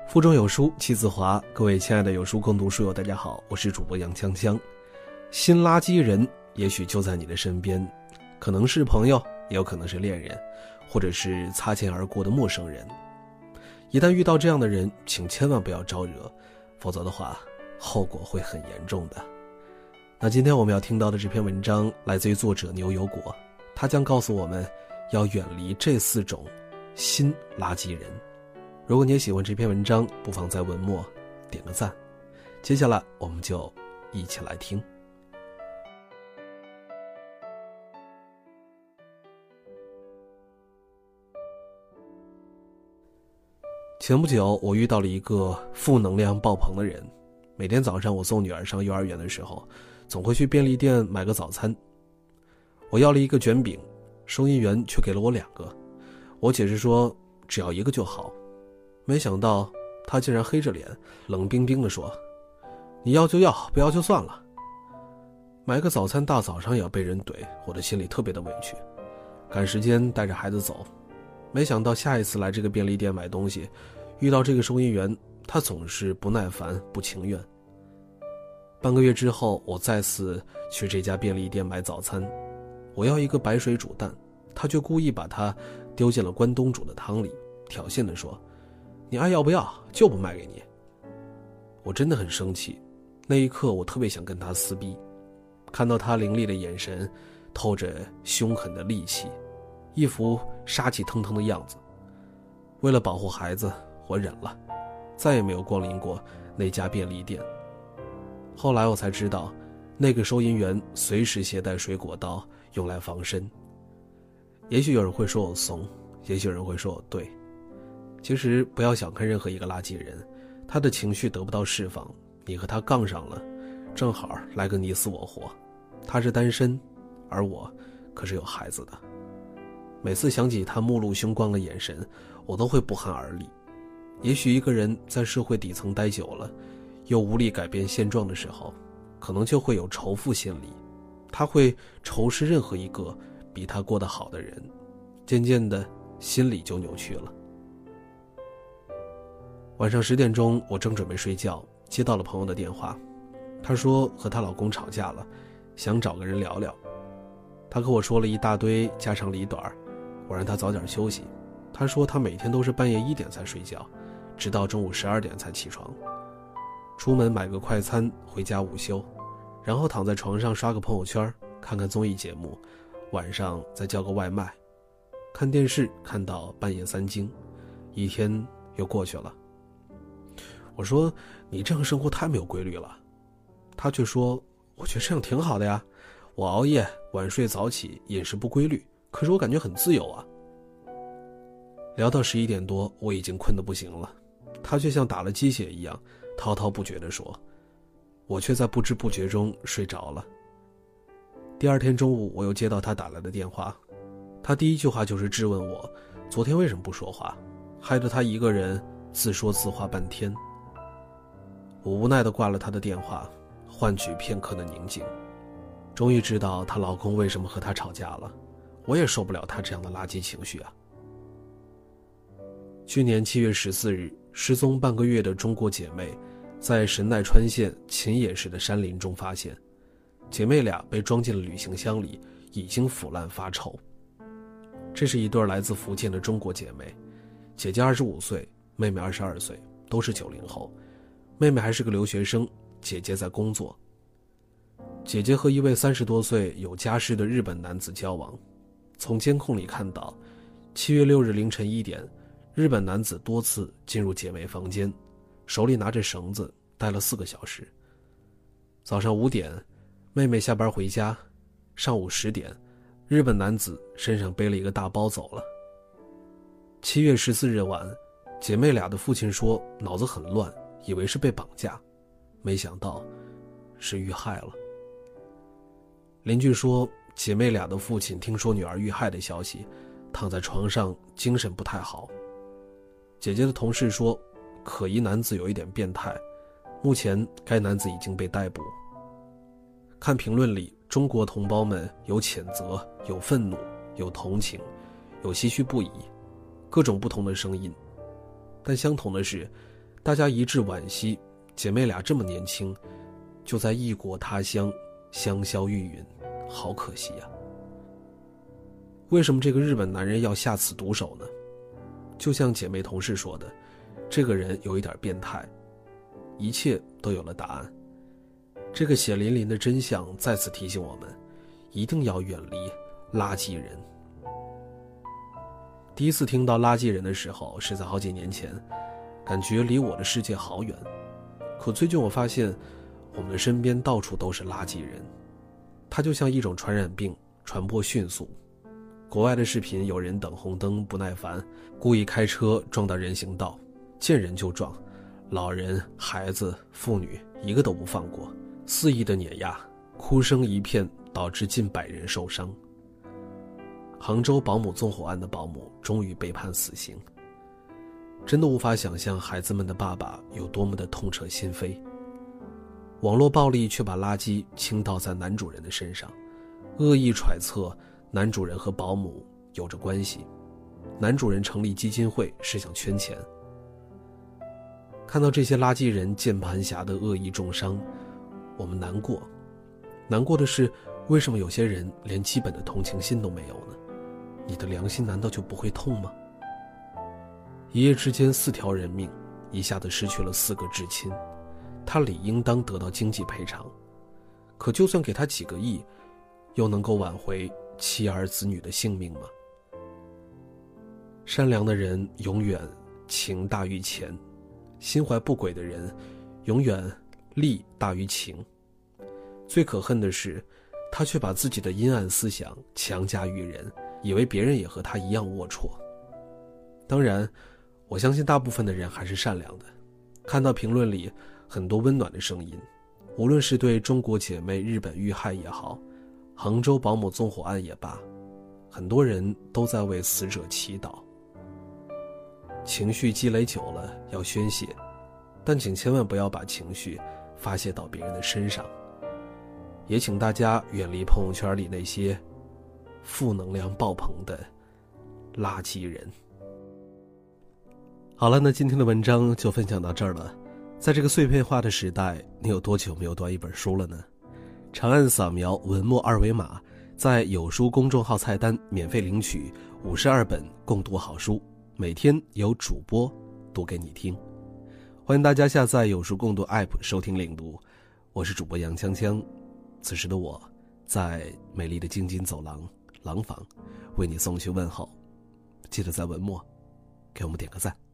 腹中有书气自华，各位亲爱的有书共读书友大家好，我是主播杨锵锵。新垃圾人也许就在你的身边，可能是朋友，也有可能是恋人，或者是擦肩而过的陌生人。一旦遇到这样的人，请千万不要招惹，否则的话后果会很严重的。那今天我们要听到的这篇文章来自于作者牛油果，他将告诉我们要远离这4种新垃圾人。如果你也喜欢这篇文章，不妨在文末点个赞。接下来我们就一起来听。前不久我遇到了一个负能量爆棚的人，每天早上我送女儿上幼儿园的时候，总会去便利店买个早餐。我要了一个卷饼，收银员却给了我2个，我解释说只要1个就好。没想到他竟然黑着脸冷冰冰地说，你要就要，不要就算了。买个早餐大早上也要被人怼，我的心里特别的委屈。赶时间带着孩子走，没想到下一次来这个便利店买东西，遇到这个收银员，他总是不耐烦不情愿。半个月之后，我再次去这家便利店买早餐，我要一个白水煮蛋，他却故意把它丢进了关东煮的汤里，挑衅地说，你爱要不要，就不卖给你。我真的很生气，那一刻我特别想跟他撕逼。看到他凌厉的眼神，透着凶狠的戾气，一副杀气腾腾的样子。为了保护孩子，我忍了，再也没有光临过那家便利店。后来我才知道，那个收银员随时携带水果刀，用来防身。也许有人会说我怂，也许有人会说我对。其实不要小看任何一个垃圾人，他的情绪得不到释放，你和他杠上了，正好来个你死我活。他是单身，而我可是有孩子的。每次想起他目露凶光的眼神，我都会不寒而栗。也许一个人在社会底层待久了，又无力改变现状的时候，可能就会有仇富心理，他会仇视任何一个比他过得好的人，渐渐的心理就扭曲了。晚上10点钟，我正准备睡觉，接到了朋友的电话。她说和她老公吵架了，想找个人聊聊。她和我说了一大堆家长里短，我让她早点休息。她说她每天都是半夜1点才睡觉，直到中午12点才起床。出门买个快餐，回家午休，然后躺在床上刷个朋友圈，看看综艺节目，晚上再叫个外卖。看电视看到半夜3更，一天又过去了。我说你这样生活太没有规律了。他却说我觉得这样挺好的呀，我熬夜晚睡早起，饮食不规律，可是我感觉很自由啊。聊到11点多，我已经困得不行了，他却像打了鸡血一样滔滔不绝地说，我却在不知不觉中睡着了。第2天中午，我又接到他打来的电话，他第一句话就是质问我昨天为什么不说话，害得他一个人自说自话半天。我无奈地挂了她的电话，换取片刻的宁静。终于知道她老公为什么和她吵架了，我也受不了她这样的垃圾情绪啊。去年7月14日，失踪半个月的中国姐妹在神奈川县秦野市的山林中发现，姐妹俩被装进了旅行箱里，已经腐烂发臭。这是一对来自福建的中国姐妹，姐姐25岁，妹妹22岁，都是90后。妹妹还是个留学生，姐姐在工作。姐姐和一位30多岁有家室的日本男子交往。从监控里看到，7月6日凌晨1点，日本男子多次进入姐妹房间，手里拿着绳子，待了4个小时。早上5点，妹妹下班回家，上午10点，日本男子身上背了一个大包走了。7月14日晚，姐妹俩的父亲说脑子很乱，以为是被绑架，没想到是遇害了。邻居说，姐妹俩的父亲听说女儿遇害的消息，躺在床上精神不太好。姐姐的同事说，可疑男子有一点变态，目前该男子已经被逮捕。看评论里，中国同胞们有谴责，有愤怒，有同情，有唏嘘不已，各种不同的声音。但相同的是， 大家一致惋惜，姐妹俩这么年轻，就在异国他乡香消玉殒，好可惜呀。为什么这个日本男人要下此毒手呢？就像姐妹同事说的，这个人有一点变态。一切都有了答案。这个血淋淋的真相再次提醒我们，一定要远离垃圾人。第一次听到垃圾人的时候是在好几年前，感觉离我的世界好远。可最近我发现，我们的身边到处都是垃圾人，它就像一种传染病，传播迅速。国外的视频，有人等红灯不耐烦，故意开车撞到人行道，见人就撞，老人、孩子、妇女一个都不放过，肆意的碾压，哭声一片，导致近100人受伤。杭州保姆纵火案的保姆终于被判死刑，真的无法想象孩子们的爸爸有多么的痛彻心扉。网络暴力却把垃圾倾倒在男主人的身上，恶意揣测男主人和保姆有着关系，男主人成立基金会是想圈钱。看到这些垃圾人键盘侠的恶意重伤，我们难过。难过的是，为什么有些人连基本的同情心都没有呢？你的良心难道就不会痛吗？一夜之间4条人命，一下子失去了4个至亲，他理应当得到经济赔偿。可就算给他几个亿，又能够挽回妻儿子女的性命吗？善良的人永远情大于钱，心怀不轨的人永远利大于情。最可恨的是，他却把自己的阴暗思想强加于人，以为别人也和他一样龌龊。当然，我相信大部分的人还是善良的。看到评论里很多温暖的声音，无论是对中国姐妹日本遇害也好，杭州保姆纵火案也罢，很多人都在为死者祈祷。情绪积累久了要宣泄，但请千万不要把情绪发泄到别人的身上。也请大家远离朋友圈里那些负能量爆棚的垃圾人。好了，那今天的文章就分享到这儿了。在这个碎片化的时代，你有多久没有读一本书了呢？长按扫描文末2维码，在有书公众号菜单免费领取52本共读好书，每天有主播读给你听。欢迎大家下载有书共读 App 收听领读，我是主播杨锵锵。此时的我在美丽的京津走廊廊坊为你送去问候，记得在文末给我们点个赞。